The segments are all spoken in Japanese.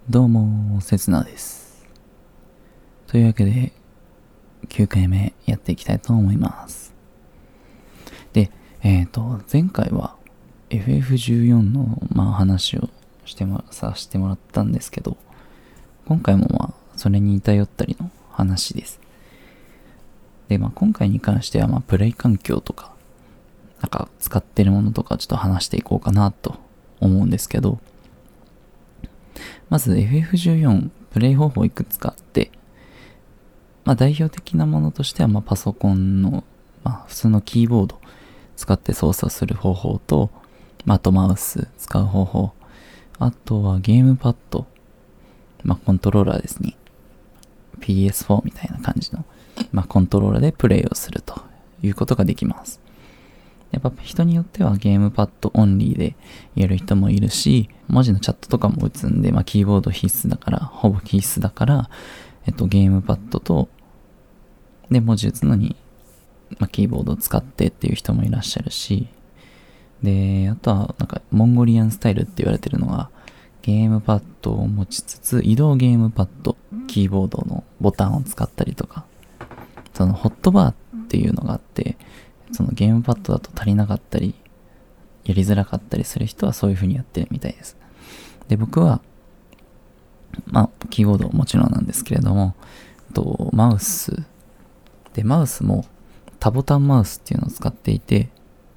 どうも、せつなです。というわけで、9回目やっていきたいと思います。で、前回は FF14 の、話をさせてもらったんですけど、今回もそれに頼ったりの話です。で、今回に関しては、プレイ環境とか、使ってるものとかちょっと話していこうかなと思うんですけど、まず FF14 プレイ方法いくつかあって、代表的なものとしてはパソコンの、普通のキーボード使って操作する方法と、あとマウス使う方法、あとはゲームパッド、コントローラーですね。PS4 みたいな感じの、コントローラーでプレイをするということができます。やっぱ人によってはゲームパッドオンリーでやる人もいるし、文字のチャットとかも打つんで、キーボード必須だから、ほぼ必須だから、ゲームパッドと、で、文字打つのに、キーボードを使ってっていう人もいらっしゃるし、で、あとは、モンゴリアンスタイルって言われてるのが、ゲームパッドを持ちつつ、移動ゲームパッド、キーボードのボタンを使ったりとか、そのホットバーっていうのがあって、そのゲームパッドだと足りなかったり、やりづらかったりする人はそういう風にやってるみたいです。で、僕は、キーボードもちろんなんですけれども、マウス、で、マウスも多ボタンマウスっていうのを使っていて、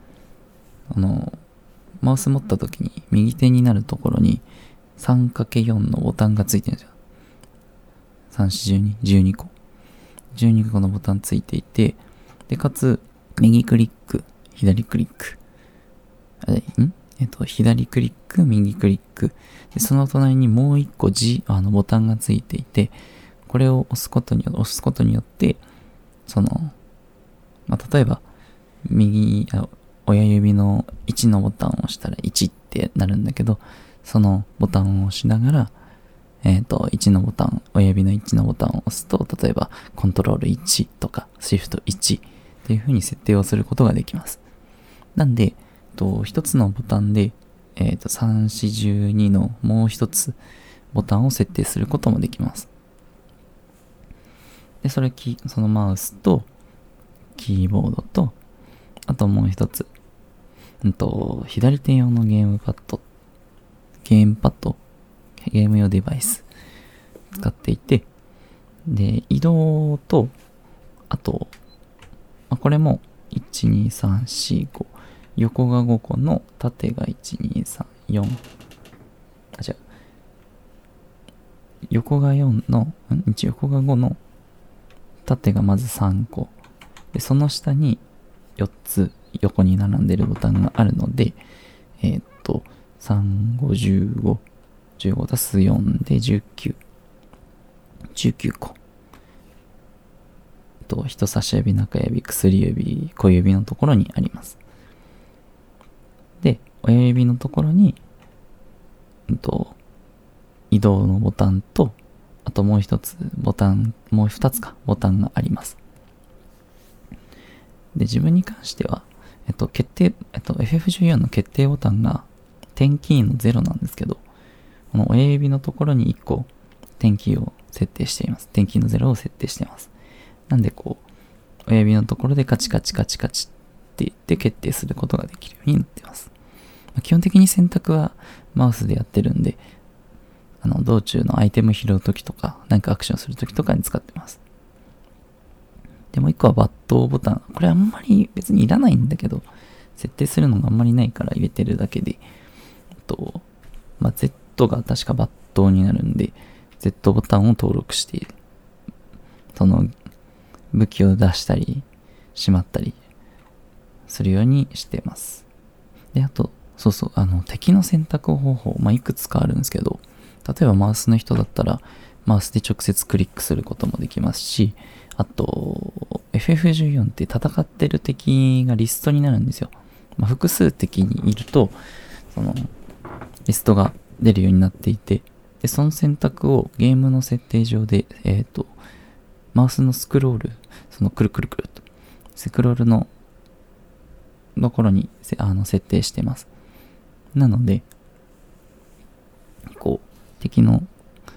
マウス持った時に右手になるところに 3×4 のボタンがついてるんですよ。3、4、12、12個。12個のボタンついていて、で、かつ、右クリック、左クリック。左クリック、右クリック。で、その隣にもう一個ボタンがついていて、これを押すことによって、例えば、親指の1のボタンを押したら1ってなるんだけど、そのボタンを押しながら、1のボタン、親指の1のボタンを押すと、例えば、コントロール1とか、シフト1っていう風に設定をすることができます。なんで、一つのボタンで、3、4、12のもう一つボタンを設定することもできます。で、そのマウスと、キーボードと、あともう一つ、左手用のゲームパッド、ゲーム用デバイス使っていて、で、移動と、あと、これも、1、2、3、4、5、横が5個の縦が1、2、3、4、横が4の、横が5の縦がまず3個。で、その下に4つ横に並んでるボタンがあるので、3、5、15、15足す4で19。19個。人差し指、中指、薬指、小指のところにあります。で、親指のところに、移動のボタンと、あともう2つボタンがあります。で、自分に関しては、FF14 の決定ボタンが、点キーの0なんですけど、この親指のところに1個、点キーを設定しています。点キーの0を設定しています。なんで親指のところでカチカチカチカチって言って決定することができるようになっています。基本的に選択はマウスでやってるんで、道中のアイテム拾うときとか、何かアクションするときとかに使ってます。で、もう一個はバットボタン。これあんまり別にいらないんだけど、設定するのがあんまりないから入れてるだけで、Z が確かバットになるんで、Z ボタンを登録している。その武器を出したり、しまったりするようにしています。で、あと、敵の選択方法、いくつかあるんですけど、例えばマウスの人だったら、マウスで直接クリックすることもできますし、あと、FF14 って戦ってる敵がリストになるんですよ。複数敵にいると、リストが出るようになっていて、で、その選択をゲームの設定上で、マウスのスクロール、くるくるくると、スクロールのところに設定しています。なので、敵の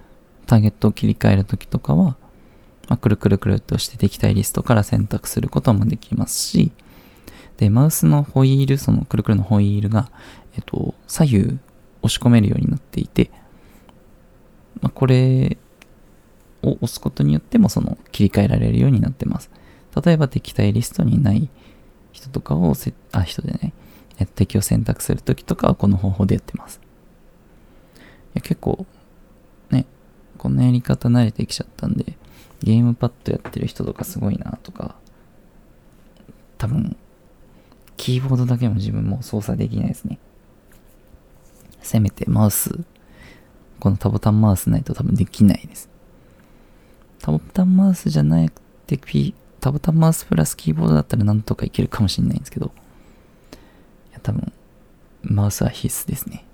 ターゲットを切り替えるときとかは、くるくるくるっとして敵対リストから選択することもできますし、で、マウスのホイール、そのくるくるのホイールが、左右押し込めるようになっていて、これを押すことによっても切り替えられるようになってます。例えば敵対リストにない人とかを敵を選択するときとかはこの方法でやってます。結構ね、こんなやり方慣れてきちゃったんで、ゲームパッドやってる人とかすごいなとか、多分キーボードだけも自分も操作できないですね。せめてマウス、この多ボタンマウスないと多分できないです。多ボタンマウスじゃなくて、多ボタンマウスプラスキーボードだったらなんとかいけるかもしれないんですけど、多分マウスは必須ですね。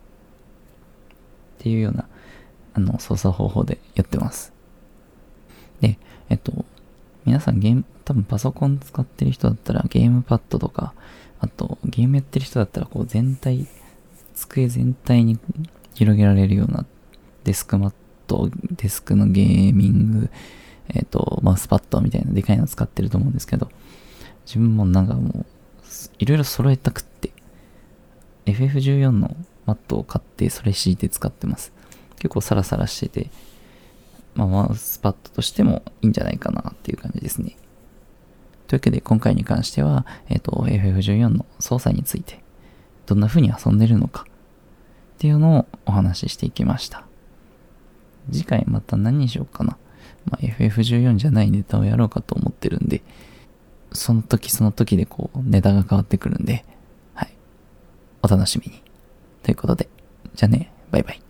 っていうような操作方法でやってます。で、皆さん多分パソコン使ってる人だったらゲームパッドとか、あとゲームやってる人だったら机全体に広げられるようなデスクマット、デスクのゲーミング、マウスパッドみたいなでかいの使ってると思うんですけど、自分もいろいろ揃えたくって、FF14 のマットを買ってそれ敷いて使ってます。結構サラサラしてて、マウスパッドとしてもいいんじゃないかなっていう感じですね。というわけで今回に関しては、FF14 の操作についてどんな風に遊んでるのかっていうのをお話ししていきました。次回また何にしようかな。FF14 じゃないネタをやろうかと思ってるんで、その時その時でネタが変わってくるんで、はい。お楽しみに。ということで、じゃあね、バイバイ。